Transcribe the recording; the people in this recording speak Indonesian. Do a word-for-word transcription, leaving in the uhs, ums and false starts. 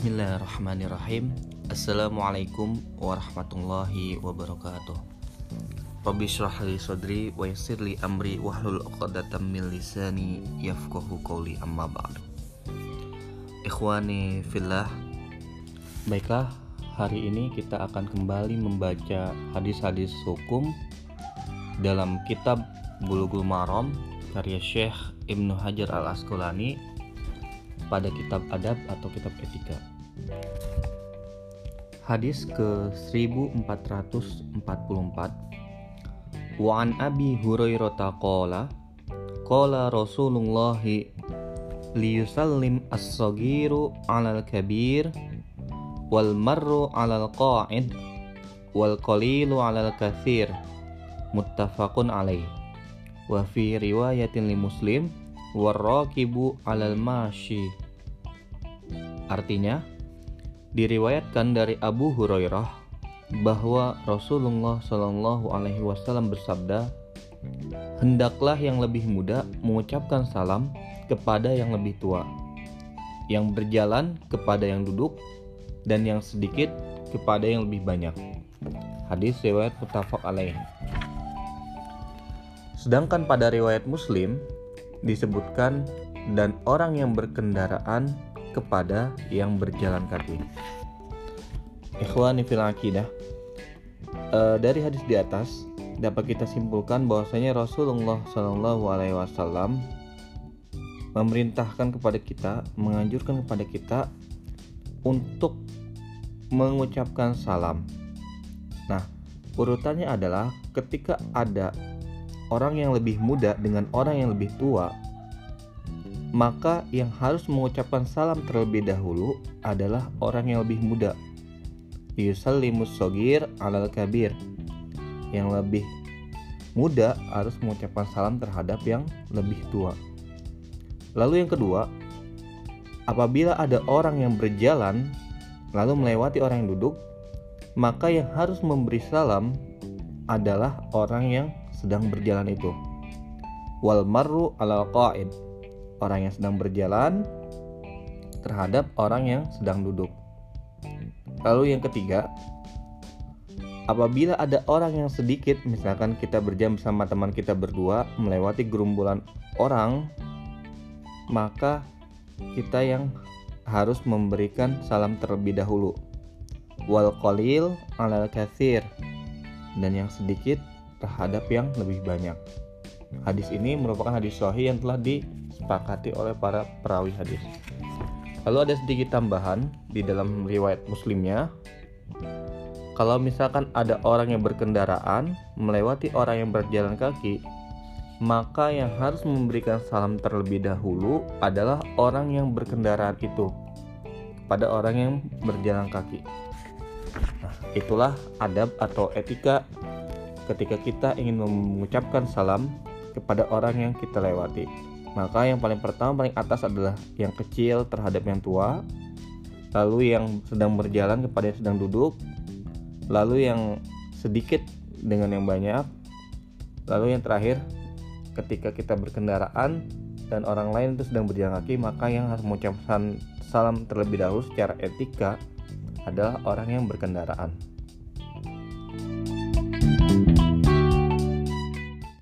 Bismillahirrahmanirrahim. Assalamualaikum warahmatullahi wabarakatuh. Rabbi shrah li sadri wa yassir li amri wahlul 'uqdatam min lisani yafqahu qawli, amma ba'du. Ikhwani fillah. Baiklah, hari ini kita akan kembali membaca hadis-hadis hukum dalam kitab Bulughul Maram karya Syekh Ibnu Hajar Al-Asqalani pada kitab adab atau kitab etika. Hadis ke seribu empat ratus empat puluh empat. Wa an Abi Hurairah qala qala Rasulullah liyusallim as-saghiru 'alal kabir wal marru 'alal qa'id wal qalilu 'alal katsir, muttafaqun alaih. Wa fi riwayatin li Muslim warraqibu 'alal masyi. Artinya, diriwayatkan dari Abu Hurairah bahwa Rasulullah Shallallahu Alaihi Wasallam bersabda, hendaklah yang lebih muda mengucapkan salam kepada yang lebih tua, yang berjalan kepada yang duduk, dan yang sedikit kepada yang lebih banyak. Hadis riwayat muttafaq alaih. Sedangkan pada riwayat Muslim disebutkan dan orang yang berkendaraan kepada yang berjalan kaki. Ikhwani fil aqidah, e, dari hadis di atas dapat kita simpulkan bahwasanya Rasulullah Shallallahu Alaihi Wasallam memerintahkan kepada kita, menganjurkan kepada kita untuk mengucapkan salam. Nah, urutannya adalah ketika ada orang yang lebih muda dengan orang yang lebih tua, maka yang harus mengucapkan salam terlebih dahulu adalah orang yang lebih muda. Yusallimus shagir 'alal kabir. Yang lebih muda harus mengucapkan salam terhadap yang lebih tua. Lalu yang kedua, apabila ada orang yang berjalan lalu melewati orang yang duduk, maka yang harus memberi salam adalah orang yang sedang berjalan itu. Wal marru 'alal qa'id. Orang yang sedang berjalan terhadap orang yang sedang duduk. Lalu yang ketiga, apabila ada orang yang sedikit, misalkan kita berjalan bersama teman kita berdua melewati gerombolan orang, maka kita yang harus memberikan salam terlebih dahulu. Wal qalil 'alal katsir. Dan yang sedikit terhadap yang lebih banyak. Hadis ini merupakan hadis sahih yang telah disepakati oleh para perawi hadis. Lalu ada sedikit tambahan di dalam riwayat Muslimnya. Kalau misalkan ada orang yang berkendaraan melewati orang yang berjalan kaki, maka yang harus memberikan salam terlebih dahulu adalah orang yang berkendaraan itu pada orang yang berjalan kaki. Nah, itulah adab atau etika ketika kita ingin mengucapkan salam kepada orang yang kita lewati. Maka yang paling pertama, paling atas adalah yang kecil terhadap yang tua, lalu yang sedang berjalan kepada yang sedang duduk, lalu yang sedikit dengan yang banyak, lalu yang terakhir ketika kita berkendaraan dan orang lain itu sedang berjalan kaki, maka yang harus mengucapkan salam terlebih dahulu secara etika adalah orang yang berkendaraan.